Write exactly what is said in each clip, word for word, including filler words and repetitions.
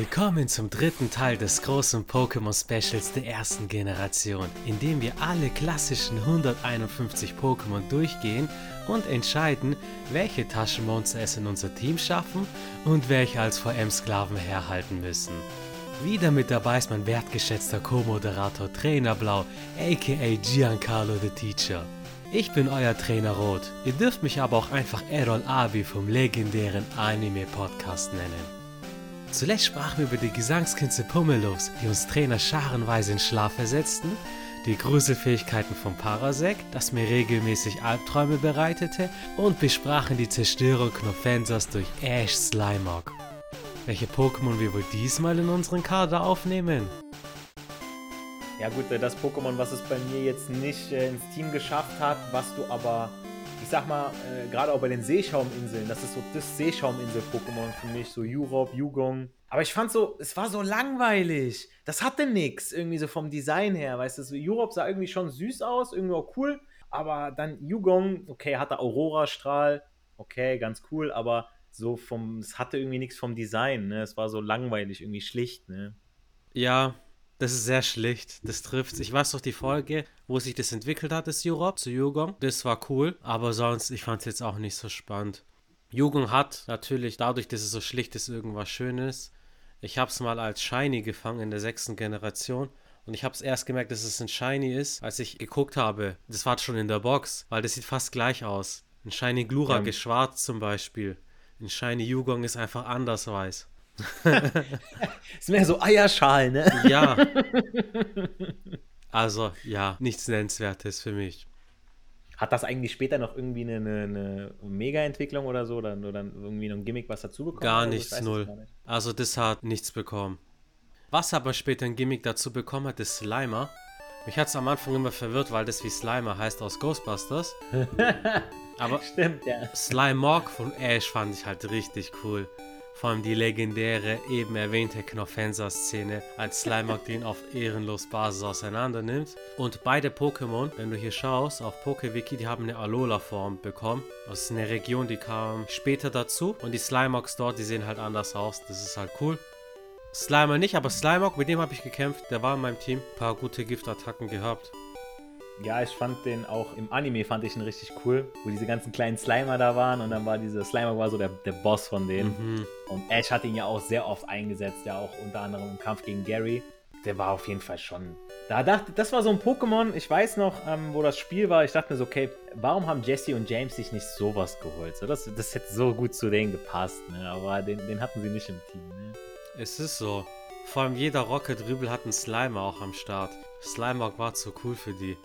Willkommen zum dritten Teil des großen Pokémon-Specials der ersten Generation, in dem wir alle klassischen hunderteinundfünfzig Pokémon durchgehen und entscheiden, welche Taschenmonster es in unser Team schaffen und welche als V M-Sklaven herhalten müssen. Wieder mit dabei ist mein wertgeschätzter Co-Moderator Trainer Blau, aka Giancarlo the Teacher. Ich bin euer Trainer Rot, ihr dürft mich aber auch einfach Errol Abi vom legendären Anime-Podcast nennen. Zuletzt sprachen wir über die Gesangskünste Pummeluffs, die uns Trainer scharenweise in Schlaf versetzten, die Gruselfähigkeiten von Parasect, das mir regelmäßig Albträume bereitete, und besprachen die Zerstörung Knofensas durch Ash Slimog. Welche Pokémon wir wohl diesmal in unseren Kader aufnehmen? Ja gut, das Pokémon, was es bei mir jetzt nicht äh, ins Team geschafft hat, was du aber, ich sag mal, äh, gerade auch bei den Seeschauminseln, das ist so das Seeschaumininsel-Pokémon für mich, so Yurop, Yugong. Aber ich fand so, es war so langweilig. Das hatte nix, irgendwie so vom Design her, weißt du, so Yurop sah irgendwie schon süß aus, irgendwie auch cool, aber dann Yugong, okay, hatte Aurora-Strahl, okay, ganz cool, aber so vom, es hatte irgendwie nichts vom Design, ne, es war so langweilig, irgendwie schlicht, ne. Ja, das ist sehr schlicht, das trifft's. Ich weiß doch die Folge, wo sich das entwickelt hat, das Yurop zu Yugong. Das war cool, aber sonst, ich fand's jetzt auch nicht so spannend. Yugong hat natürlich, dadurch, dass es so schlicht ist, irgendwas Schönes. Ich hab's mal als Shiny gefangen in der sechsten Generation. Und ich hab's erst gemerkt, dass es ein Shiny ist, als ich geguckt habe. Das war schon in der Box, weil das sieht fast gleich aus. Ein Shiny Glurak ja. ist schwarz zum Beispiel. Ein Shiny Yugong ist einfach anders weiß. Ist mehr so Eierschal, ne? Ja. Also, ja, nichts Nennenswertes für mich. Hat das eigentlich später noch irgendwie eine, eine, eine Mega-Entwicklung oder so? Oder, oder irgendwie noch ein Gimmick, was dazu bekommen? Gar nichts, null. Nicht. Also, das hat nichts bekommen. Was aber später ein Gimmick dazu bekommen hat, ist Slimer. Mich hat es am Anfang immer verwirrt, weil das wie Slimer heißt aus Ghostbusters. Aber stimmt, ja. Slimog von Ash fand ich halt richtig cool. Vor allem die legendäre, eben erwähnte Knofensa-Szene, als Slimog den auf ehrenlos Basis auseinander nimmt. Und beide Pokémon, wenn du hier schaust, auf PokeWiki, die haben eine Alola-Form bekommen. Das ist eine Region, die kam später dazu. Und die Slimogs dort, die sehen halt anders aus. Das ist halt cool. Slimer nicht, aber Slimog, mit dem habe ich gekämpft. Der war in meinem Team. Ein paar gute Giftattacken gehabt. Ja, ich fand den auch im Anime, fand ich ihn richtig cool, wo diese ganzen kleinen Slimer da waren und dann war dieser Slimer war so der, der Boss von denen. Mhm. Und Ash hat ihn ja auch sehr oft eingesetzt, ja auch unter anderem im Kampf gegen Gary. Der war auf jeden Fall schon... Da dachte, das war so ein Pokémon, ich weiß noch, ähm, wo das Spiel war, ich dachte mir so, okay, warum haben Jesse und James sich nicht sowas geholt? So, das, das hätte so gut zu denen gepasst, ne? Aber den, den hatten sie nicht im Team, ne? Es ist so. Vor allem jeder Rocket-Rübel hat einen Slimer auch am Start. Slimog war zu cool für die.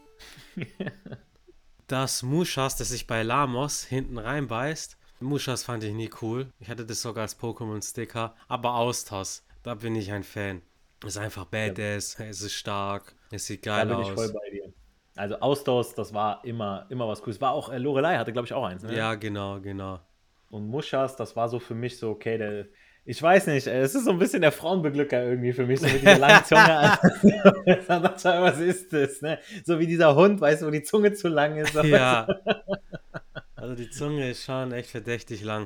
Das Mushas, das sich bei Lamos hinten reinbeißt. Mushas fand ich nie cool. Ich hatte das sogar als Pokémon-Sticker. Aber Austos, da bin ich ein Fan. Ist einfach badass, ja. Es ist stark, es sieht geil aus. Da bin ich voll bei dir. Also Austos, das war immer, immer was Cooles. War auch, äh, Lorelei hatte glaube ich auch eins, ne? Ja, genau, genau. Und Mushas, das war so für mich so, okay, der... Ich weiß nicht, es ist so ein bisschen der Frauenbeglücker irgendwie für mich, so mit dieser langen Zunge. Was ist das, ne? So wie dieser Hund, weißt du, wo die Zunge zu lang ist. Ja. Also die Zunge ist schon echt verdächtig lang.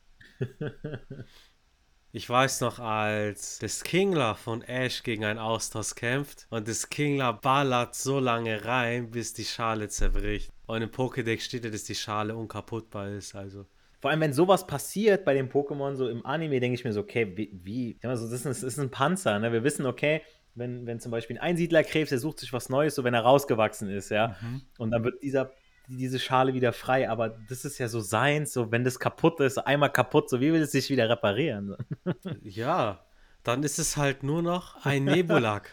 Ich weiß noch, als das Kingler von Ash gegen einen Austos kämpft und das Kingler ballert so lange rein, bis die Schale zerbricht. Und im Pokédex steht ja, dass die Schale unkaputtbar ist, also... Vor allem, wenn sowas passiert bei den Pokémon, so im Anime, denke ich mir so, okay, wie, wie? Das ist ein, das ist ein Panzer, ne? Wir wissen, okay, wenn, wenn zum Beispiel ein Einsiedlerkrebs, der sucht sich was Neues, so wenn er rausgewachsen ist, ja, mhm. Und dann wird dieser, diese Schale wieder frei, aber das ist ja so seins, so wenn das kaputt ist, so einmal kaputt, so wie will es sich wieder reparieren? Ja, dann ist es halt nur noch ein Nebulak.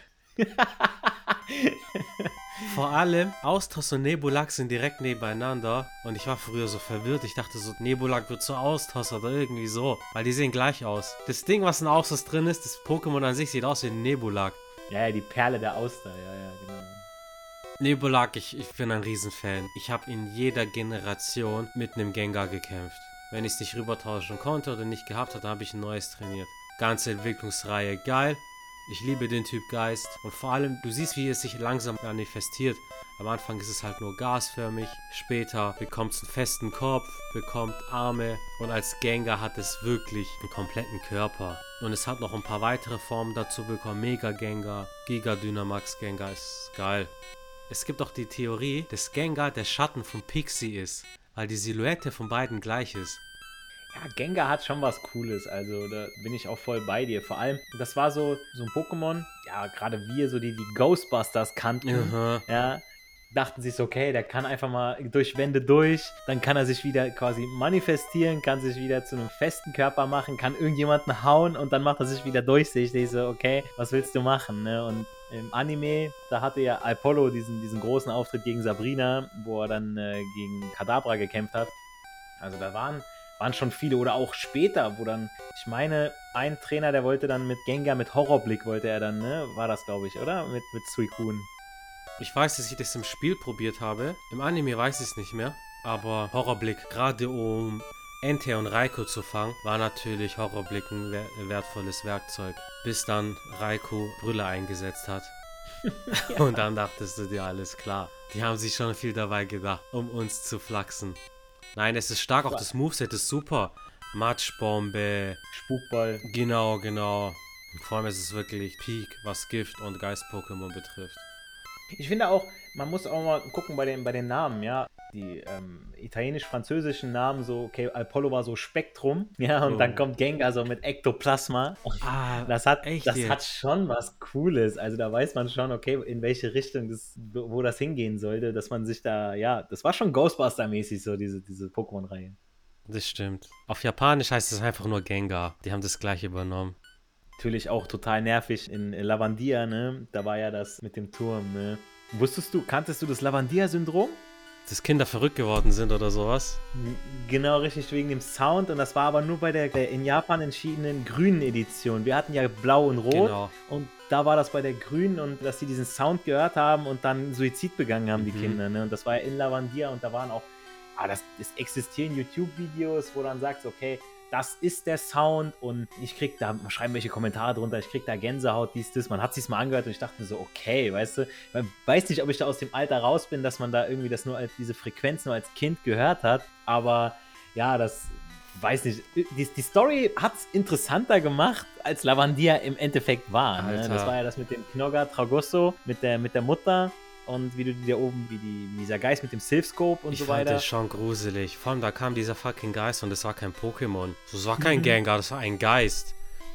Vor allem, Austos und Nebulak sind direkt nebeneinander und ich war früher so verwirrt. Ich dachte so, Nebulak wird zu Austos oder irgendwie so, weil die sehen gleich aus. Das Ding, was in Austos drin ist, das Pokémon an sich sieht aus wie ein Nebulak. Ja, ja, die Perle der Auster, ja, ja, genau. Nebulak, ich, ich bin ein Riesenfan. Ich habe in jeder Generation mit einem Gengar gekämpft. Wenn ich es nicht rübertauschen konnte oder nicht gehabt hatte, habe ich ein neues trainiert. Ganze Entwicklungsreihe, geil. Ich liebe den Typ Geist und vor allem, du siehst, wie es sich langsam manifestiert. Am Anfang ist es halt nur gasförmig, später bekommt es einen festen Kopf, bekommt Arme und als Gengar hat es wirklich einen kompletten Körper. Und es hat noch ein paar weitere Formen dazu bekommen. Mega Gengar, Giga Dynamax Gengar, ist geil. Es gibt auch die Theorie, dass Gengar der Schatten von Pixie ist, weil die Silhouette von beiden gleich ist. Ja, Gengar hat schon was Cooles, also da bin ich auch voll bei dir. Vor allem, das war so, so ein Pokémon, ja, gerade wir, so die, die Ghostbusters kannten, Aha. ja, dachten sich so, okay, der kann einfach mal durch Wände durch, dann kann er sich wieder quasi manifestieren, kann sich wieder zu einem festen Körper machen, kann irgendjemanden hauen und dann macht er sich wieder durchsichtig, so, okay, was willst du machen, ne? Und im Anime, da hatte ja Apollo diesen, diesen großen Auftritt gegen Sabrina, wo er dann äh, gegen Kadabra gekämpft hat. Also da waren waren schon viele, oder auch später, wo dann, ich meine, ein Trainer, der wollte dann mit Gengar, mit Horrorblick wollte er dann, ne, war das, glaube ich, oder? Mit, mit Suicune. Ich weiß, dass ich das im Spiel probiert habe. Im Anime weiß ich es nicht mehr. Aber Horrorblick, gerade um Entei und Raikou zu fangen, war natürlich Horrorblick ein wer wertvolles Werkzeug. Bis dann Raikou Brille eingesetzt hat. Ja. Und dann dachtest du dir, alles klar. Die haben sich schon viel dabei gedacht, um uns zu flachsen. Nein, es ist stark, auch das Moveset ist super. Matschbombe, Spukball. Genau, genau. Und vor allem ist es wirklich Peak, was Gift- und Geist-Pokémon betrifft. Ich finde auch, man muss auch mal gucken bei den, bei den Namen, ja. Die ähm, italienisch-französischen Namen, so, okay, Apollo war so Spektrum, ja, und oh. dann kommt Gengar so mit Ektoplasma. Ah, das hat, echt das hat schon was Cooles. Also da weiß man schon, okay, in welche Richtung das, wo das hingehen sollte, dass man sich da, ja, das war schon Ghostbuster-mäßig, so diese, diese Pokémon-Reihe. Das stimmt. Auf Japanisch heißt es einfach nur Gengar. Die haben das gleiche übernommen. Natürlich auch total nervig in Lavandia, ne? Da war ja das mit dem Turm, ne? Wusstest du, kanntest du das Lavandia-Syndrom? Dass Kinder verrückt geworden sind oder sowas? Genau, richtig, wegen dem Sound. Und das war aber nur bei der in Japan entschiedenen grünen Edition. Wir hatten ja blau und rot. Genau. Und da war das bei der grünen, und dass die diesen Sound gehört haben und dann Suizid begangen haben, mhm. die Kinder, ne? Und das war ja in Lavandia, und da waren auch, ah, das, es existieren YouTube-Videos, wo dann sagst, okay, das ist der Sound, und ich krieg da, schreiben welche Kommentare drunter, ich krieg da Gänsehaut, dies, das, man hat sich's mal angehört und ich dachte mir so, okay, weißt du, man weiß nicht, ob ich da aus dem Alter raus bin, dass man da irgendwie das nur als, diese Frequenz nur als Kind gehört hat, aber ja, das, weiß nicht, die, die Story hat's interessanter gemacht, als Lavandia im Endeffekt war, ne? Das war ja das mit dem Knogger Tragosso, mit der, mit der Mutter. Und wie du dir oben, wie, die, wie dieser Geist mit dem Silphscope und ich so weiter. Ich fand das schon gruselig. Vor allem, da kam dieser fucking Geist und das war kein Pokémon. Das war kein Gengar, das war ein Geist.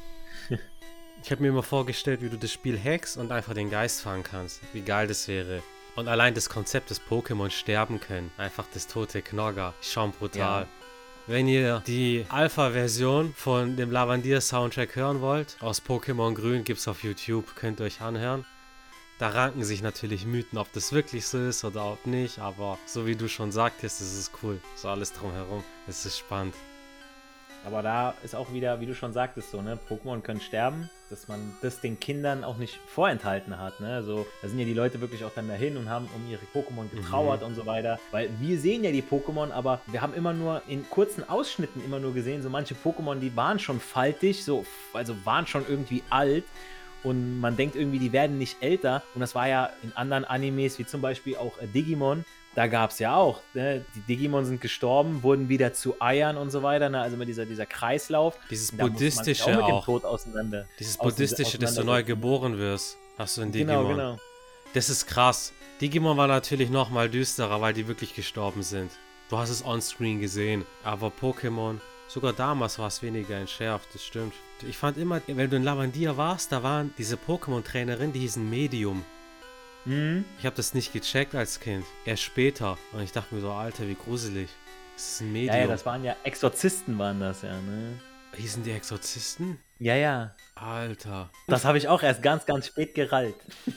Ich habe mir immer vorgestellt, wie du das Spiel hackst und einfach den Geist fangen kannst. Wie geil das wäre. Und allein das Konzept des Pokémon sterben können. Einfach das tote Knogger. Schon brutal. Ja. Wenn ihr die Alpha-Version von dem Lavandia-Soundtrack hören wollt, aus Pokémon Grün, gibt's auf YouTube, könnt ihr euch anhören. Da ranken sich natürlich Mythen, ob das wirklich so ist oder ob nicht, aber so wie du schon sagtest, das ist cool. So alles drumherum, es ist spannend. Aber da ist auch wieder, wie du schon sagtest, so, ne, Pokémon können sterben, dass man das den Kindern auch nicht vorenthalten hat, ne, also da sind ja die Leute wirklich auch dann dahin und haben um ihre Pokémon getrauert mhm. und so weiter, weil wir sehen ja die Pokémon, aber wir haben immer nur in kurzen Ausschnitten immer nur gesehen, so manche Pokémon, die waren schon faltig, so, also waren schon irgendwie alt. Und man denkt irgendwie, die werden nicht älter. Und das war ja in anderen Animes, wie zum Beispiel auch äh, Digimon, da gab es ja auch, ne? Die Digimon sind gestorben, wurden wieder zu Eiern und so weiter, ne? Also immer dieser, dieser Kreislauf. Dieses buddhistische auch. Mit dem Tod auseinander. Dieses buddhistische, dass du neu geboren wirst, hast du in Digimon. Genau, genau. Das ist krass. Digimon war natürlich noch mal düsterer, weil die wirklich gestorben sind. Du hast es onscreen gesehen. Aber Pokémon, sogar damals war es weniger entschärft, das stimmt. Ich fand immer, wenn du in Lavandia warst, da waren diese Pokémon-Trainerin, die hießen Medium. Mhm. Ich habe das nicht gecheckt als Kind, erst später. Und ich dachte mir so, Alter, wie gruselig. Das ist ein Medium. Ja, ja, das waren ja Exorzisten, waren das ja, ne? Hießen die Exorzisten? Ja, ja. Alter. Das habe ich auch erst ganz, ganz spät gerallt.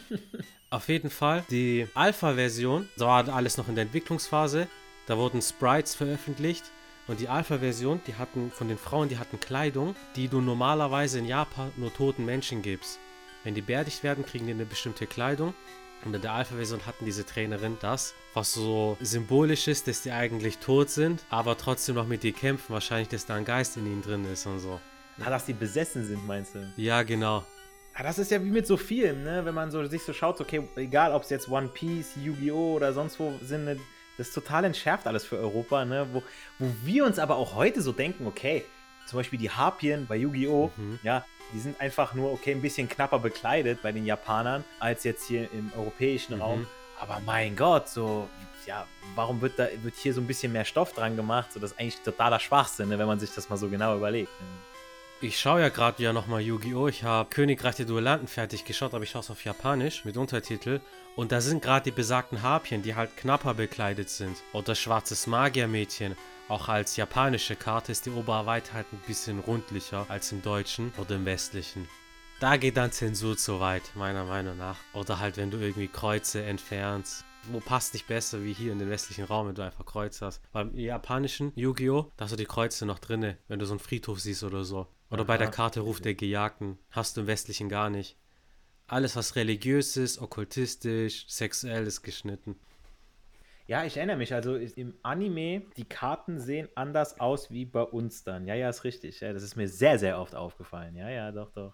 Auf jeden Fall, die Alpha-Version, da war alles noch in der Entwicklungsphase, da wurden Sprites veröffentlicht. Und die Alpha-Version, die hatten von den Frauen, die hatten Kleidung, die du normalerweise in Japan nur toten Menschen gibst. Wenn die beerdigt werden, kriegen die eine bestimmte Kleidung. Und in der Alpha-Version hatten diese Trainerin das, was so symbolisch ist, dass die eigentlich tot sind, aber trotzdem noch mit dir kämpfen. Wahrscheinlich, dass da ein Geist in ihnen drin ist und so. Na, dass die besessen sind, meinst du? Ja, genau. Ja, das ist ja wie mit so Filmen, ne? Wenn man so sich so schaut, okay, egal ob es jetzt One Piece, Yu-Gi-Oh! Oder sonst wo sind, ne? Das ist total entschärft alles für Europa, ne? Wo, wo wir uns aber auch heute so denken, okay, zum Beispiel die Harpien bei Yu-Gi-Oh! Mhm. Ja, Die sind einfach nur, okay, ein bisschen knapper bekleidet bei den Japanern als jetzt hier im europäischen Mhm. Raum. Aber mein Gott, so, ja, warum wird da wird hier so ein bisschen mehr Stoff dran gemacht? So, das ist eigentlich totaler Schwachsinn, ne, wenn man sich das mal so genau überlegt. Ne? Ich schaue ja gerade ja nochmal Yu-Gi-Oh! Ich habe Königreich der Duellanten fertig geschaut, aber ich schaue es auf Japanisch mit Untertitel. Und da sind gerade die besagten Harpien, die halt knapper bekleidet sind. Oder schwarzes Magiermädchen. Auch als japanische Karte ist die Oberweite halt ein bisschen rundlicher als im Deutschen oder im Westlichen. Da geht dann Zensur zu weit, meiner Meinung nach. Oder halt, wenn du irgendwie Kreuze entfernst. Wo passt nicht besser wie hier in den westlichen Raum, wenn du einfach Kreuze hast. Beim japanischen Yu-Gi-Oh! Da hast du die Kreuze noch drinne, wenn du so einen Friedhof siehst oder so. Oder Aha. bei der Karte Ruf der Gejagten. Hast du im westlichen gar nicht. Alles, was religiös ist, okkultistisch, sexuell ist geschnitten. Ja, ich erinnere mich, also im Anime, die Karten sehen anders aus wie bei uns dann. Ja, ja, ist richtig. Ja, das ist mir sehr, sehr oft aufgefallen. Ja, ja, doch, doch.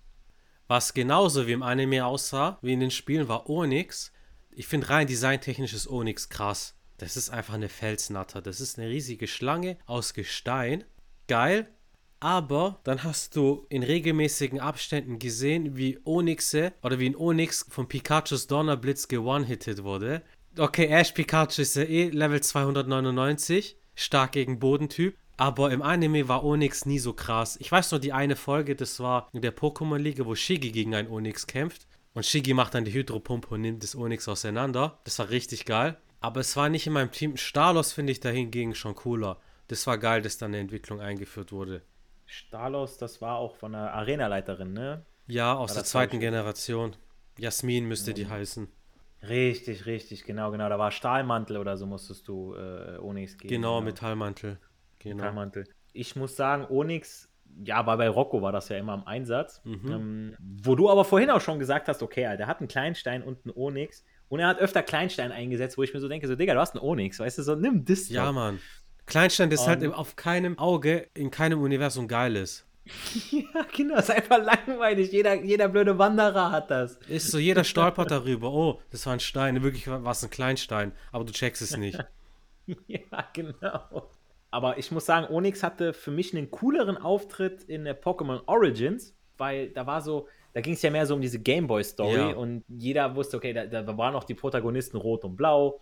Was genauso wie im Anime aussah, wie in den Spielen, war Onyx. Ich finde rein designtechnisch ist Onyx krass. Das ist einfach eine Felsnatter. Das ist eine riesige Schlange aus Gestein. Geil. Aber dann hast du in regelmäßigen Abständen gesehen, wie Onyxe oder wie ein Onyx von Pikachus Donnerblitz ge-one-hitted wurde. Okay, Ash Pikachu ist ja eh Level zweihundertneunundneunzig, stark gegen Bodentyp. Aber im Anime war Onyx nie so krass. Ich weiß noch die eine Folge, das war in der Pokémon-Liga, wo Shiggy gegen einen Onyx kämpft. Und Shiggy macht dann die Hydropumpe und nimmt das Onyx auseinander. Das war richtig geil. Aber es war nicht in meinem Team. Stalos finde ich dahingegen schon cooler. Das war geil, dass dann eine Entwicklung eingeführt wurde. Stalos, das war auch von der Arenaleiterin, ne? Ja, aus War der das zweiten falsch? Generation. Jasmin müsste die Mhm. heißen. Richtig, richtig, genau, genau. Da war Stahlmantel oder so musstest du äh, Onyx geben. Genau, Metallmantel. Genau. Metallmantel. Ich muss sagen, Onyx, ja, aber bei Rocco war das ja immer im Einsatz. Mhm. Ähm, wo du aber vorhin auch schon gesagt hast, okay, Alter, der hat einen Kleinstein und einen Onyx. Und er hat öfter Kleinstein eingesetzt, wo ich mir so denke, so, Digga, du hast einen Onyx, weißt du, so, nimm das Ja, doch. Mann. Kleinstein ist halt Und- im- auf keinem Auge, in keinem Universum geil ist. Ja, genau, ist einfach langweilig. Jeder, jeder blöde Wanderer hat das. Ist so, jeder stolpert darüber. Oh, das war ein Stein. Wirklich war es ein Kleinstein. Aber du checkst es nicht. Ja, genau. Aber ich muss sagen, Onyx hatte für mich einen cooleren Auftritt in der Pokémon Origins, weil da war so, da ging es ja mehr so um diese Gameboy-Story Ja. und jeder wusste, okay, da, da waren noch die Protagonisten rot und blau.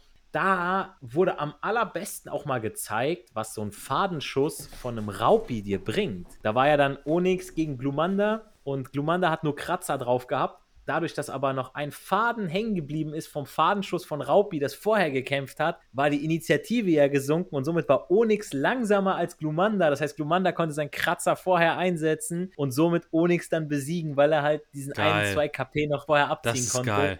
Da wurde am allerbesten auch mal gezeigt, was so ein Fadenschuss von einem Raupi dir bringt. Da war ja dann Onyx gegen Glumanda und Glumanda hat nur Kratzer drauf gehabt. Dadurch, dass aber noch ein Faden hängen geblieben ist vom Fadenschuss von Raupi, das vorher gekämpft hat, war die Initiative ja gesunken und somit war Onyx langsamer als Glumanda. Das heißt, Glumanda konnte seinen Kratzer vorher einsetzen und somit Onyx dann besiegen, weil er halt diesen Geil. ein, zwei K P noch vorher abziehen Das ist konnte. geil.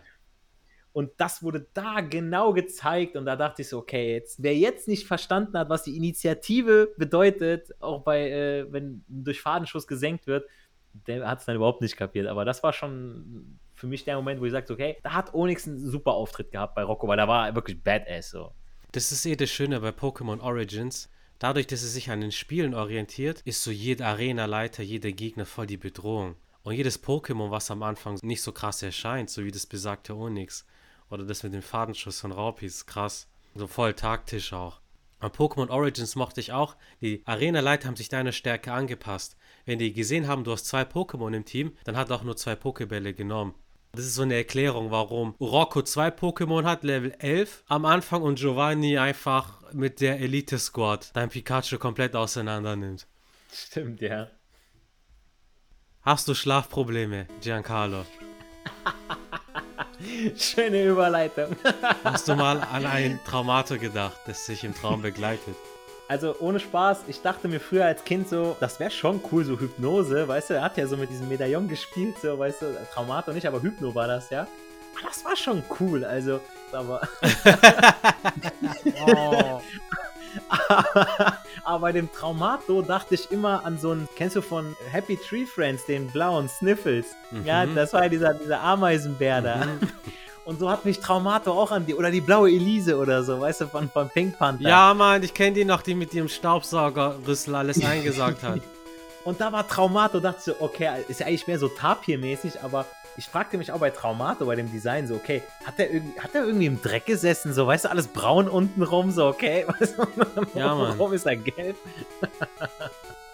Und das wurde da genau gezeigt und da dachte ich so, okay, jetzt, wer jetzt nicht verstanden hat, was die Initiative bedeutet, auch bei, äh, wenn durch Fadenschuss gesenkt wird, der hat es dann überhaupt nicht kapiert. Aber das war schon für mich der Moment, wo ich sagte, okay, da hat Onyx einen super Auftritt gehabt bei Rocco, weil da war er wirklich badass so. Das ist eh das Schöne bei Pokémon Origins. Dadurch, dass es sich an den Spielen orientiert, ist so jeder Arena-Leiter, jeder Gegner voll die Bedrohung. Und jedes Pokémon, was am Anfang nicht so krass erscheint, so wie das besagte Onyx oder das mit dem Fadenschuss von Raupi, ist krass. So voll taktisch auch. An Pokémon Origins mochte ich auch, die Arena-Leiter haben sich deiner Stärke angepasst. Wenn die gesehen haben, du hast zwei Pokémon im Team, dann hat er auch nur zwei Pokébälle genommen. Das ist so eine Erklärung, warum Rocco zwei Pokémon hat, Level elf am Anfang und Giovanni einfach mit der Elite-Squad dein Pikachu komplett auseinander nimmt. Stimmt, ja. Hast du Schlafprobleme, Giancarlo? Schöne Überleitung. Hast du mal an ein Traumato gedacht, das sich im Traum begleitet? Also ohne Spaß, ich dachte mir früher als Kind so, das wäre schon cool, so Hypnose, weißt du, er hat ja so mit diesem Medaillon gespielt, so, weißt du, Traumato nicht, aber Hypno war das, ja. Aber das war schon cool, also, aber... Oh. aber, aber bei dem Traumato dachte ich immer an so einen, kennst du von Happy Tree Friends, den blauen Sniffles? Mhm. Ja, das war ja dieser, dieser Ameisenbär da. Mhm. Und so hat mich Traumato auch an die, oder die blaue Elise oder so, weißt du, von, von Pink Panther. Ja, Mann, ich kenne die noch, die mit ihrem Staubsaugerrüssel alles eingesaugt hat. Und da war Traumato, dachte ich so, okay, ist ja eigentlich mehr so Tapir-mäßig, aber ich fragte mich auch bei Traumato, bei dem Design, so, okay, hat der irgendwie, hat der irgendwie im Dreck gesessen, so, weißt du, alles braun unten rum, so, okay, weißt du, Ja, Mann. warum ist er gelb?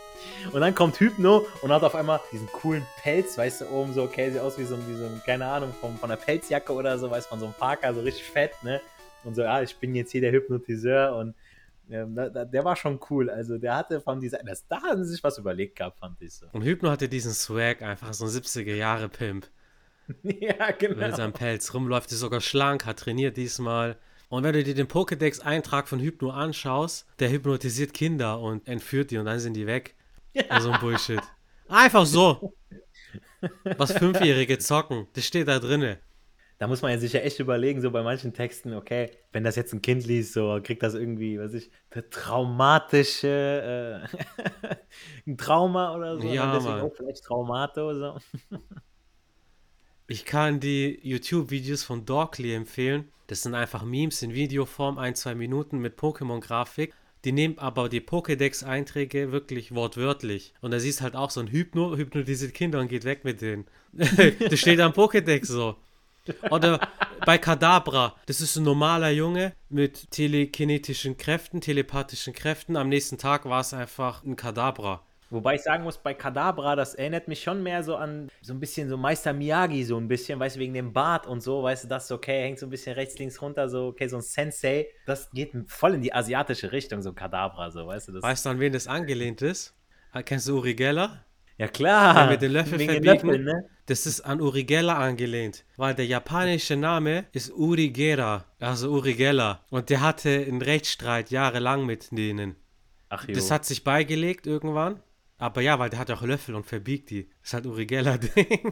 Und dann kommt Hypno und hat auf einmal diesen coolen Pelz, weißt du, oben so, okay, sieht aus wie so ein, wie so ein keine Ahnung, von, von einer Pelzjacke oder so, weißt du, von so einem Parker, so richtig fett, ne? Und so, ja, ich bin jetzt hier der Hypnotiseur und ähm, da, da, der war schon cool. Also der hatte von dieser, das, da haben sie sich was überlegt gehabt, fand ich so. Und Hypno hatte diesen Swag, einfach so ein siebziger-Jahre-Pimp. Ja, genau. Mit seinem Pelz rumläuft, ist sogar schlank, hat trainiert diesmal. Und wenn du dir den Pokédex-Eintrag von Hypno anschaust, der hypnotisiert Kinder und entführt die und dann sind die weg. Ja. Also ein Bullshit. Einfach so. Was Fünfjährige zocken, das steht da drinne. Da muss man ja sich ja echt überlegen, so bei manchen Texten, okay, wenn das jetzt ein Kind liest, so kriegt das irgendwie, weiß ich, traumatische, äh, ein Trauma oder so. Ja, deswegen Mann. auch vielleicht Traumato oder so. Ich kann die YouTube-Videos von Dorkly empfehlen. Das sind einfach Memes in Videoform, ein, zwei Minuten mit Pokémon-Grafik. Die nehmen aber die Pokédex-Einträge wirklich wortwörtlich. Und da siehst halt auch so ein Hypno, hypnotisiert Kinder und geht weg mit denen. Das steht am Pokédex so. Oder bei Kadabra, das ist ein normaler Junge mit telekinetischen Kräften, telepathischen Kräften. Am nächsten Tag war es einfach ein Kadabra. Wobei ich sagen muss, bei Kadabra, das erinnert mich schon mehr so an so ein bisschen so Meister Miyagi, so ein bisschen, weißt du, wegen dem Bart und so, weißt du, das ist okay, hängt so ein bisschen rechts, links runter, so, okay, so ein Sensei, das geht voll in die asiatische Richtung, so Kadabra, so, weißt du. Das weißt du, an wen das angelehnt ist? Kennst du Uri Geller? Ja, klar. Der mit den Löffel wegen verbiegen. Den Löffeln, ne? Das ist an Uri Geller angelehnt, weil der japanische Name ist Uri Gera, also Uri Geller. Und der hatte einen Rechtsstreit jahrelang mit denen. Ach jo. Das hat sich beigelegt irgendwann. Aber ja, weil der hat auch Löffel und verbiegt die. Das ist halt Uri Geller-Ding.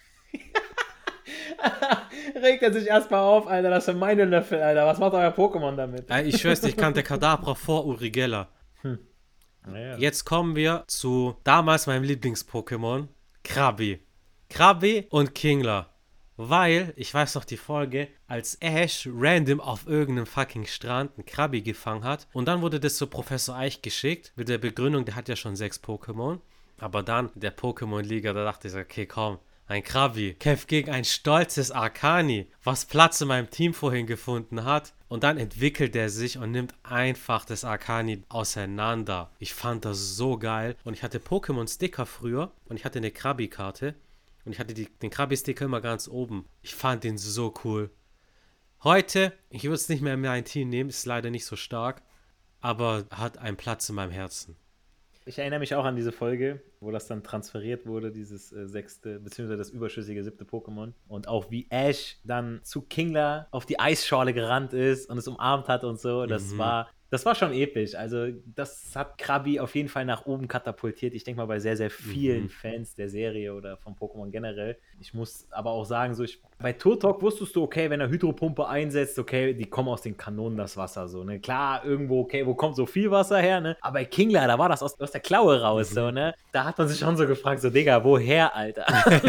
Regt er sich erstmal auf, Alter. Das sind meine Löffel, Alter. Was macht euer Pokémon damit? Ich schwör's dir, ich kannte Kadabra vor Uri Geller. Hm. Naja. Jetzt kommen wir zu damals meinem Lieblings-Pokémon, Krabi. Krabi und Kingler. Weil, ich weiß noch die Folge, als Ash random auf irgendeinem fucking Strand einen Krabi gefangen hat und dann wurde das zu Professor Eich geschickt mit der Begründung, der hat ja schon sechs Pokémon. Aber dann, der Pokémon-Liga, da dachte ich, okay, komm, ein Krabi kämpft gegen ein stolzes Arcani, was Platz in meinem Team vorhin gefunden hat. Und dann entwickelt er sich und nimmt einfach das Arcani auseinander. Ich fand das so geil. Und ich hatte Pokémon-Sticker früher und ich hatte eine Krabi-Karte. Und ich hatte die, den Krabi-Sticker immer ganz oben. Ich fand den so cool. Heute, ich würde es nicht mehr in mein Team nehmen, ist leider nicht so stark. Aber hat einen Platz in meinem Herzen. Ich erinnere mich auch an diese Folge, wo das dann transferiert wurde, dieses äh, sechste, beziehungsweise das überschüssige siebte Pokémon. Und auch wie Ash dann zu Kingler auf die Eisschorle gerannt ist und es umarmt hat und so. Das mhm. war... Das war schon episch. Also, das hat Krabi auf jeden Fall nach oben katapultiert. Ich denke mal bei sehr, sehr vielen mhm. Fans der Serie oder von Pokémon generell. Ich muss aber auch sagen, so ich, bei Turtok wusstest du, okay, wenn er Hydropumpe einsetzt, okay, die kommen aus den Kanonen, das Wasser so, ne? Klar, irgendwo, okay, wo kommt so viel Wasser her, ne? Aber bei Kingler, da war das aus, aus der Klaue raus, mhm. so, ne? Da hat man sich schon so gefragt, so, Digga, woher, Alter?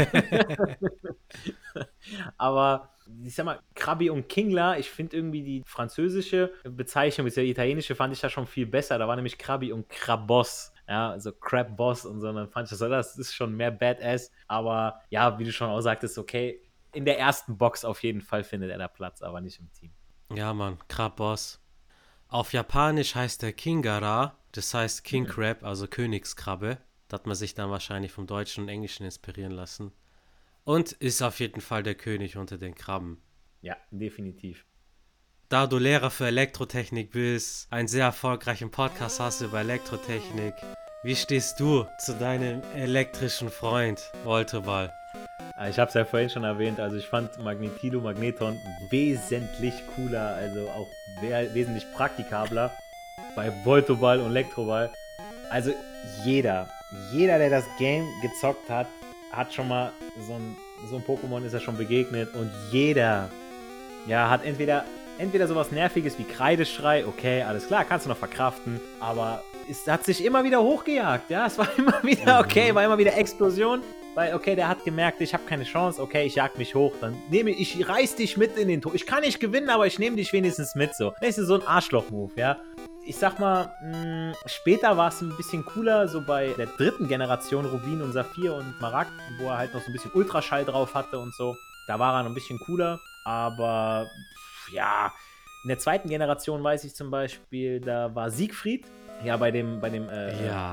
Aber ich sag mal, Krabi und Kingler, ich finde irgendwie die französische Bezeichnung, die italienische, fand ich da schon viel besser. Da war nämlich Krabi und Krabboss. Ja, also Crab Boss und so, dann fand ich das, das ist schon mehr Badass. Aber ja, wie du schon auch sagtest, okay, in der ersten Box auf jeden Fall findet er da Platz, aber nicht im Team. Ja, Mann, Krabboss. Auf Japanisch heißt der Kingara, das heißt King Crab, also Königskrabbe. Da hat man sich dann wahrscheinlich vom Deutschen und Englischen inspirieren lassen. Und ist auf jeden Fall der König unter den Krabben. Ja, definitiv. Da du Lehrer für Elektrotechnik bist, einen sehr erfolgreichen Podcast hast über Elektrotechnik, wie stehst du zu deinem elektrischen Freund, Voltoball? Ich habe es ja vorhin schon erwähnt, also ich fand Magnetilo Magneton wesentlich cooler, also auch wesentlich praktikabler bei Voltoball und Elektroball. Also jeder, jeder, der das Game gezockt hat, hat schon mal so ein, so ein Pokémon ist er schon begegnet und jeder, ja, hat entweder, entweder sowas Nerviges wie Kreideschrei, okay, alles klar, kannst du noch verkraften, aber es hat sich immer wieder hochgejagt, ja, es war immer wieder, okay, war immer wieder Explosion, weil, okay, der hat gemerkt, ich habe keine Chance, okay, ich jag mich hoch, dann nehme ich, ich reiß dich mit in den Tod, ich kann nicht gewinnen, aber ich nehme dich wenigstens mit, so. Das ist so ein Arschloch-Move, ja. Ich sag mal, mh, später war es ein bisschen cooler, so bei der dritten Generation Rubin und Saphir und Maragd, wo er halt noch so ein bisschen Ultraschall drauf hatte und so. Da war er noch ein bisschen cooler, aber ja, in der zweiten Generation weiß ich zum Beispiel, da war Siegfried, ja, bei dem, bei dem, äh, ja.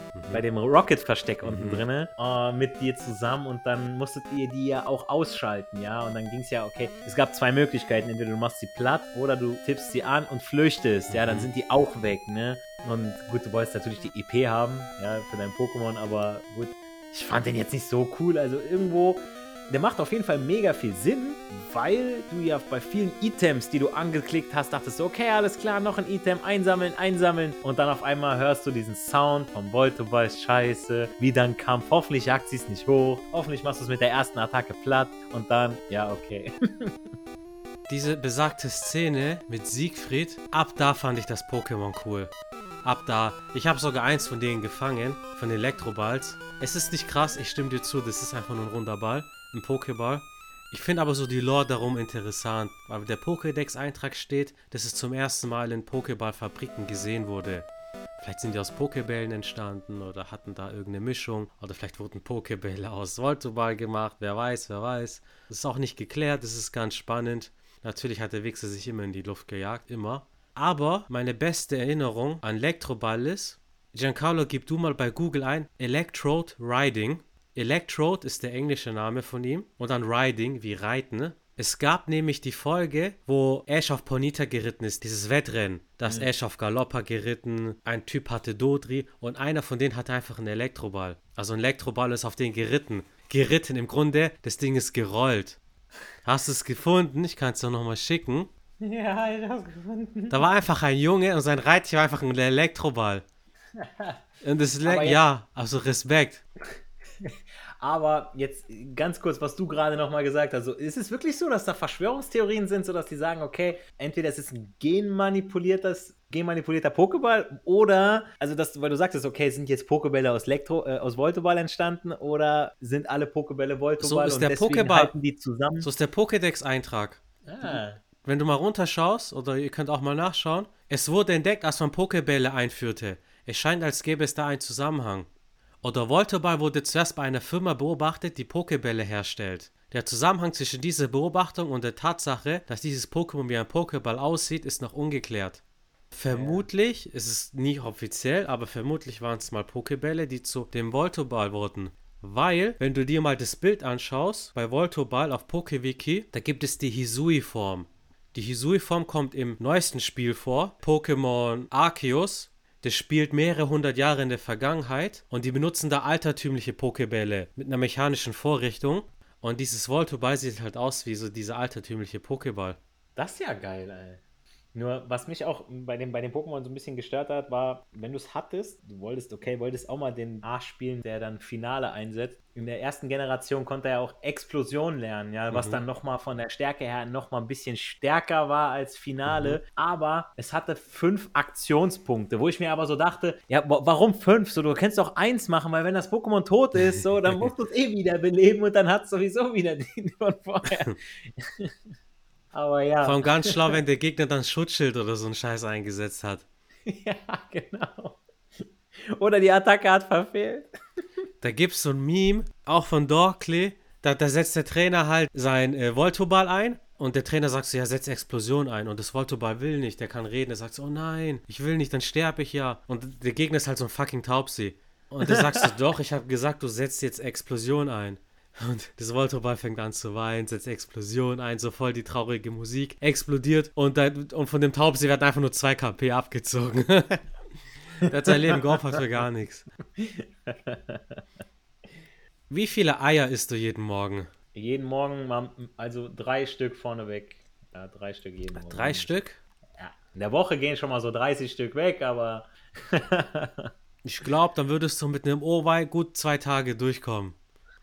bei dem Rocket-Versteck unten Mhm. drinne, äh, mit dir zusammen und dann musstet ihr die ja auch ausschalten, ja, und dann ging es ja, okay, es gab zwei Möglichkeiten, entweder du machst sie platt oder du tippst sie an und flüchtest, ja, dann Mhm. sind die auch weg, ne, und gut, du wolltest natürlich die E P haben, ja, für dein Pokémon, aber gut, ich fand den jetzt nicht so cool, also irgendwo, der macht auf jeden Fall mega viel Sinn, weil du ja bei vielen Items, die du angeklickt hast, dachtest du, okay, alles klar, noch ein Item, einsammeln, einsammeln. Und dann auf einmal hörst du diesen Sound vom Voltoball, scheiße, wie dann Kampf, hoffentlich jagt sie es nicht hoch, hoffentlich machst du es mit der ersten Attacke platt und dann, ja, okay. Diese besagte Szene mit Siegfried, ab da fand ich das Pokémon cool. Ab da. Ich habe sogar eins von denen gefangen, von Elektroballs. Es ist nicht krass, ich stimme dir zu, das ist einfach nur ein runder Ball, ein Pokéball. Ich finde aber so die Lore darum interessant, weil der Pokédex-Eintrag steht, dass es zum ersten Mal in Pokéball-Fabriken gesehen wurde. Vielleicht sind die aus Pokébällen entstanden oder hatten da irgendeine Mischung oder vielleicht wurden Pokébälle aus Voltoball gemacht, wer weiß, wer weiß. Das ist auch nicht geklärt, das ist ganz spannend. Natürlich hat der Wichser sich immer in die Luft gejagt, immer. Aber meine beste Erinnerung an Elektroball ist, Giancarlo, gib du mal bei Google ein, Electrode Riding. Electrode ist der englische Name von ihm und dann Riding, wie Reiten. Es gab nämlich die Folge, wo Ash auf Ponyta geritten ist, dieses Wettrennen. Da ist Mhm. Ash auf Galoppa geritten, ein Typ hatte Dodri und einer von denen hatte einfach einen Elektroball. Also ein Elektroball ist auf den geritten. Geritten, im Grunde, das Ding ist gerollt. Hast du es gefunden? Ich kann es doch nochmal schicken. Ja, ich hab's gefunden. Da war einfach ein Junge und sein Reittier war einfach ein Elektroball. Und das, Aber Le- jetzt, ja, also Respekt. aber jetzt ganz kurz, was du gerade nochmal gesagt hast. So, ist es wirklich so, dass da Verschwörungstheorien sind, sodass die sagen, okay, entweder es ist ein genmanipuliertes, genmanipulierter Pokéball oder, also das, weil du sagtest, okay, sind jetzt Pokébälle aus, Elektro, äh, aus Voltoball entstanden oder sind alle Pokébälle So Voltoball ist und der deswegen Pokéball, halten die zusammen? so ist der Pokédex-Eintrag. Ah, Wenn du mal runterschaust, oder ihr könnt auch mal nachschauen, es wurde entdeckt, als man Pokébälle einführte. Es scheint, als gäbe es da einen Zusammenhang. Oder Voltoball wurde zuerst bei einer Firma beobachtet, die Pokébälle herstellt. Der Zusammenhang zwischen dieser Beobachtung und der Tatsache, dass dieses Pokémon wie ein Pokéball aussieht, ist noch ungeklärt. Vermutlich, es ist nie offiziell, aber vermutlich waren es mal Pokébälle, die zu dem Voltoball wurden. Weil, wenn du dir mal das Bild anschaust, bei Voltoball auf PokéWiki, da gibt es die Hisui-Form. Die Hisui-Form kommt im neuesten Spiel vor, Pokémon Arceus. Das spielt mehrere hundert Jahre in der Vergangenheit und die benutzen da altertümliche Pokébälle mit einer mechanischen Vorrichtung. Und dieses Voltoball sieht halt aus wie so dieser altertümliche Pokéball. das ist ja geil, ey. Nur, was mich auch bei dem, bei dem Pokémon so ein bisschen gestört hat, war, wenn du es hattest, du wolltest, okay, wolltest auch mal den Arsch spielen, der dann Finale einsetzt. In der ersten Generation konnte er ja auch Explosion lernen, ja, was Mhm. dann nochmal von der Stärke her nochmal ein bisschen stärker war als Finale. Aber es hatte fünf Aktionspunkte, wo ich mir aber so dachte, ja, wa- warum fünf? So, du kannst doch eins machen, weil wenn das Pokémon tot ist, so, dann musst du es eh wieder beleben und dann hat es sowieso wieder den von vorher. Aber Vor ja. allem ganz schlau, wenn der Gegner dann Schutzschild oder so einen Scheiß eingesetzt hat. Ja, genau. Oder die Attacke hat verfehlt. Da gibt's so ein Meme, auch von Dorkly, da, da setzt der Trainer halt sein äh, Voltoball ein und der Trainer sagt so, ja, setz Explosion ein und das Voltoball will nicht, der kann reden, der sagt so, oh nein, ich will nicht, dann sterbe ich ja. Und der Gegner ist halt so ein fucking Taubsi. Und der sagst du, doch, ich habe gesagt, du setzt jetzt Explosion ein. Und das Voltoball fängt an zu weinen, setzt Explosion ein, so voll die traurige Musik, explodiert und, dann, und von dem Taubsi wird einfach nur zwei K P abgezogen. Der hat sein Leben geopfert für gar nichts. Wie viele Eier isst du jeden Morgen? Jeden Morgen, mal, also drei Stück vorneweg. Ja, drei Stück jeden Morgen. Drei Stück? Ja. In der Woche gehen schon mal so dreißig Stück weg, aber Ich glaube, dann würdest du mit einem Owei gut zwei Tage durchkommen.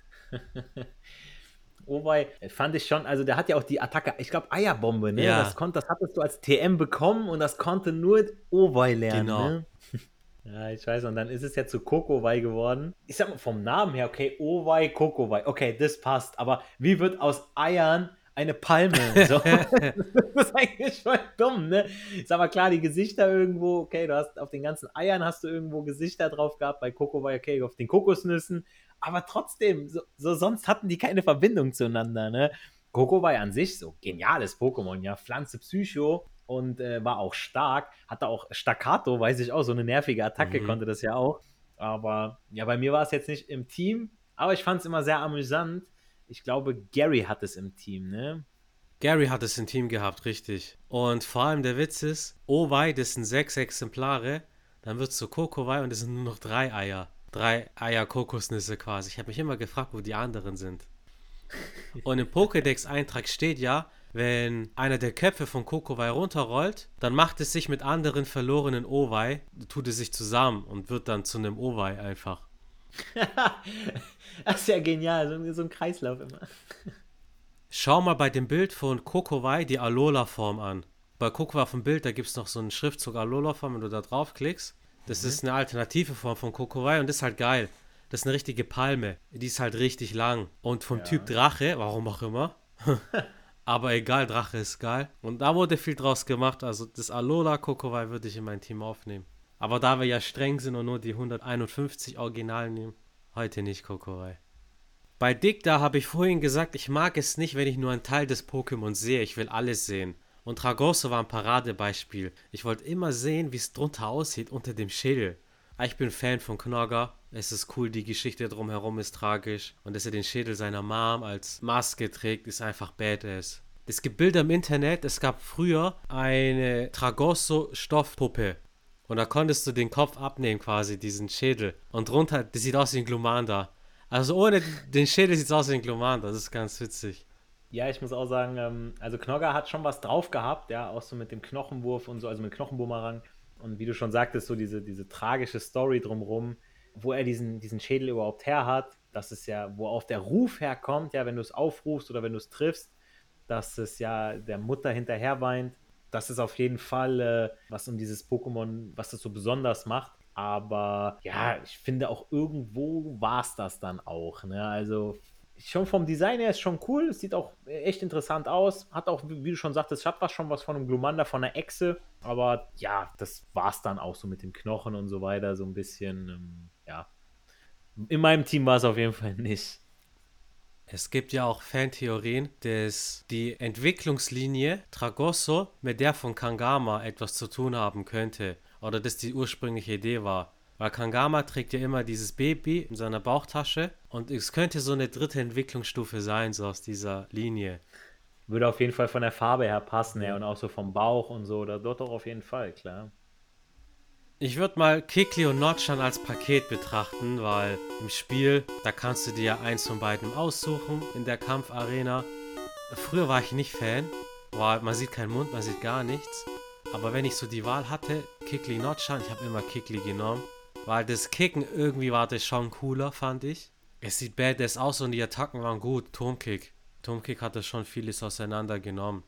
Owei fand ich schon, also der hat ja auch die Attacke, ich glaube Eierbombe, ne? Ja. Das, konnt, das hattest du als T M bekommen und das konnte nur Owei lernen, Genau. ne? Ja, ich weiß, und dann ist es ja zu Kokowai geworden. Ich sag mal, vom Namen her, okay, Owei, Kokowai, okay, das passt, aber wie wird aus Eiern eine Palme? So. Das ist eigentlich voll dumm, ne? Ist aber klar, die Gesichter irgendwo, okay, du hast auf den ganzen Eiern hast du irgendwo Gesichter drauf gehabt, bei Kokowai, okay, auf den Kokosnüssen, aber trotzdem, so, so sonst hatten die keine Verbindung zueinander, ne? Kokowai an sich, so geniales Pokémon, ja, Pflanze Psycho und äh, war auch stark, hatte auch Staccato, weiß ich auch, so eine nervige Attacke Mhm. konnte das ja auch. Aber ja, bei mir war es jetzt nicht im Team, aber ich fand es immer sehr amüsant. Ich glaube, Gary hat es im Team, ne? Gary hat es im Team gehabt, richtig. Und vor allem der Witz ist, Owei, das sind sechs Exemplare, dann wird es so Kokowai und es sind nur noch drei Eier. Drei Eier Kokosnüsse quasi. Ich habe mich immer gefragt, wo die anderen sind. Und im Pokédex-Eintrag steht ja, wenn einer der Köpfe von Kokowai runterrollt, dann macht es sich mit anderen verlorenen Owei, tut es sich zusammen und wird dann zu einem Owei einfach. Das ist ja genial, so, so ein Kreislauf immer. Schau mal bei dem Bild von Kokowai die Alola-Form an. Bei Kokowai auf dem Bild, da gibt es noch so einen Schriftzug Alola-Form, wenn du da draufklickst. Das mhm. ist eine alternative Form von Kokowai und das ist halt geil. Das ist eine richtige Palme. Die ist halt richtig lang. Und vom ja. Typ Drache, warum auch immer. Aber egal, Drache ist geil. Und da wurde viel draus gemacht. Also das Alola Kokowai würde ich in mein Team aufnehmen. Aber da wir ja streng sind und nur die hunderteinundfünfzig Original nehmen, heute nicht Kokowai. Bei Dick, da habe ich vorhin gesagt, ich mag es nicht, wenn ich nur einen Teil des Pokémon sehe. Ich will alles sehen. Und Tragosso war ein Paradebeispiel. Ich wollte immer sehen, wie es drunter aussieht, unter dem Schädel. Ich bin Fan von Knogger. Es ist cool, die Geschichte drumherum ist tragisch. Und dass er den Schädel seiner Mom als Maske trägt, ist einfach badass. Es gibt Bilder im Internet. Es gab früher eine Tragosso-Stoffpuppe. Und da konntest du den Kopf abnehmen quasi, diesen Schädel. Und drunter, das sieht aus wie ein Glumanda. Also ohne den Schädel sieht es aus wie ein Glumanda. Das ist ganz witzig. Ja, ich muss auch sagen, ähm, also Knogger hat schon was drauf gehabt, ja, auch so mit dem Knochenwurf und so, also mit Knochenbumerang. Und wie du schon sagtest, so diese, diese tragische Story drumherum, wo er diesen, diesen Schädel überhaupt her hat, das ist ja, wo auch der Ruf herkommt, ja, wenn du es aufrufst oder wenn du es triffst, dass es ja der Mutter hinterher weint. Das ist auf jeden Fall, äh, was um dieses Pokémon, was das so besonders macht. Aber ja, ich finde auch irgendwo war es das dann auch, ne? Also schon vom Design her ist schon cool, es sieht auch echt interessant aus, hat auch, wie du schon sagtest, hat was schon was von einem Glumanda, von einer Echse, aber ja, das war's dann auch so mit den Knochen und so weiter, so ein bisschen, ähm, ja. In meinem Team war es auf jeden Fall nicht. Es gibt ja auch Fantheorien, dass die Entwicklungslinie Tragosso mit der von Kangama etwas zu tun haben könnte, oder dass die ursprüngliche Idee war. Weil Kangama trägt ja immer dieses Baby in seiner Bauchtasche und es könnte so eine dritte Entwicklungsstufe sein, so aus dieser Linie. Würde auf jeden Fall von der Farbe her passen, ja, und auch so vom Bauch und so, da dort doch auf jeden Fall, klar. Ich würde mal Kikli und Notchan als Paket betrachten, weil im Spiel, da kannst du dir ja eins von beiden aussuchen in der Kampfarena. Früher war ich nicht Fan, weil man sieht keinen Mund, man sieht gar nichts. Aber wenn ich so die Wahl hatte, Kikli, Notchan, ich habe immer Kikli genommen. Weil das Kicken irgendwie war das schon cooler, fand ich. Es sieht badass aus und die Attacken waren gut. Turmkick. Turmkick hatte schon vieles auseinandergenommen.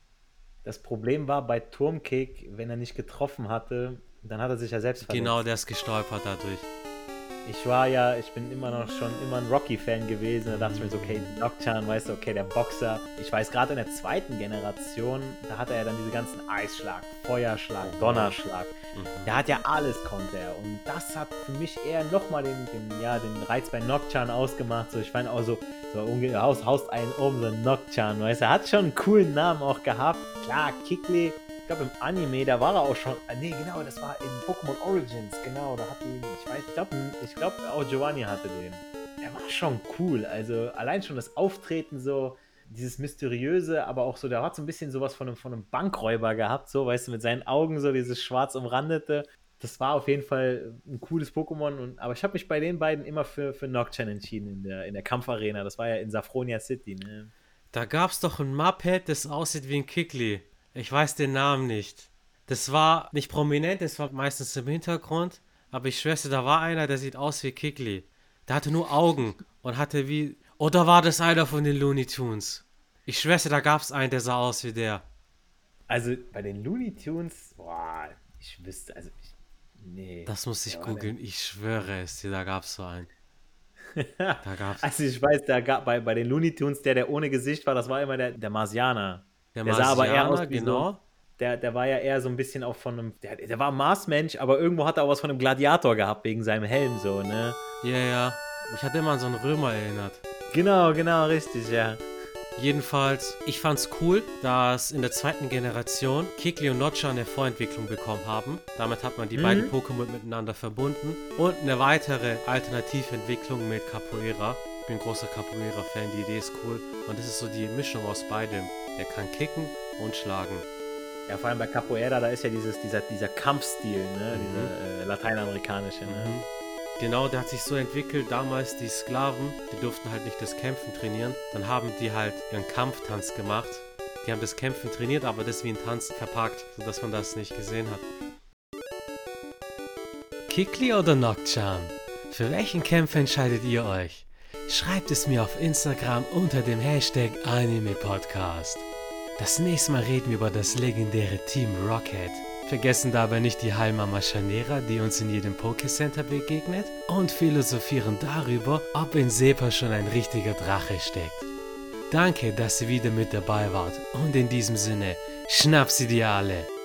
Das Problem war bei Turmkick, wenn er nicht getroffen hatte, dann hat er sich ja selbst verletzt. Genau, der ist gestolpert dadurch. Ich war ja, ich bin immer noch schon immer ein Rocky-Fan gewesen. Da dachte ich mir so, okay, Nocturne, weißt du, okay, der Boxer. Ich weiß, gerade in der zweiten Generation, da hatte er dann diese ganzen Eisschlag, Feuerschlag, Donnerschlag. Mhm. Der hat ja alles, konnte er. Und das hat für mich eher nochmal den, den, ja, den Reiz bei Nocturne ausgemacht. So, ich fand auch so, so Haus, haust einen um, so ein Nocturne, weißt du. Er hat schon einen coolen Namen auch gehabt. Klar, Kikli. Ich glaube, im Anime, da war er auch schon. Nee, genau, das war in Pokémon Origins. Genau, da hat ihn. Ich weiß, ich glaube, ich glaub, auch Giovanni hatte den. Der war schon cool. Also, allein schon das Auftreten, so, dieses Mysteriöse, aber auch so, der hat so ein bisschen sowas von einem, von einem Bankräuber gehabt, so, weißt du, mit seinen Augen, so dieses schwarz umrandete. Das war auf jeden Fall ein cooles Pokémon. Und, aber ich habe mich bei den beiden immer für, für Nocturne entschieden in der, in der Kampfarena. Das war ja in Safronia City, ne? Da gab es doch ein Moped, das aussieht wie ein Kikli. Ich weiß den Namen nicht. Das war nicht prominent, das war meistens im Hintergrund. Aber ich schwör's dir, da war einer, der sieht aus wie Kikli. Der hatte nur Augen und hatte wie... Oder war das einer von den Looney Tunes? Ich schwör's dir, da gab's einen, der sah aus wie der. Also bei den Looney Tunes, boah, ich wüsste, also ich, nee. Das muss ich googeln, ich schwöre es dir, da gab's so einen. Da gab's. Also ich weiß, da gab bei, bei den Looney Tunes, der, der ohne Gesicht war, das war immer der, der Marsianer. Der, der Marsianer, sah aber eher aus wie genau. So, der, der war ja eher so ein bisschen auch von einem, der, der war ein Marsmensch, aber irgendwo hat er auch was von einem Gladiator gehabt, wegen seinem Helm so, ne? Ja, ja. Ich hatte immer an so einen Römer erinnert. Genau, genau, richtig, ja. Jedenfalls, ich fand's cool, dass in der zweiten Generation Kikli und Notcha eine Vorentwicklung bekommen haben. Damit hat man die mhm. beiden Pokémon miteinander verbunden. Und eine weitere Alternativentwicklung mit Capoeira. Ich bin ein großer Capoeira-Fan, die Idee ist cool. Und das ist so die Mischung aus beidem. Der kann kicken und schlagen. Ja, vor allem bei Capoeira, da ist ja dieses, dieser, dieser Kampfstil, ne? Mhm. Dieser äh, lateinamerikanische, ne? Mhm. Genau, der hat sich so entwickelt, damals die Sklaven, die durften halt nicht das Kämpfen trainieren. Dann haben die halt ihren Kampftanz gemacht. Die haben das Kämpfen trainiert, aber das wie ein Tanz verpackt, sodass man das nicht gesehen hat. Kikli oder Nocturne? Für welchen Kämpfer entscheidet ihr euch? Schreibt es mir auf Instagram unter dem Hashtag AnimePodcast. Das nächste Mal reden wir über das legendäre Team Rocket. Vergessen dabei nicht die Heilmama Chanera, die uns in jedem Pokécenter begegnet, und philosophieren darüber, ob in Sepa schon ein richtiger Drache steckt. Danke, dass ihr wieder mit dabei wart, und in diesem Sinne, schnapp sie dir alle!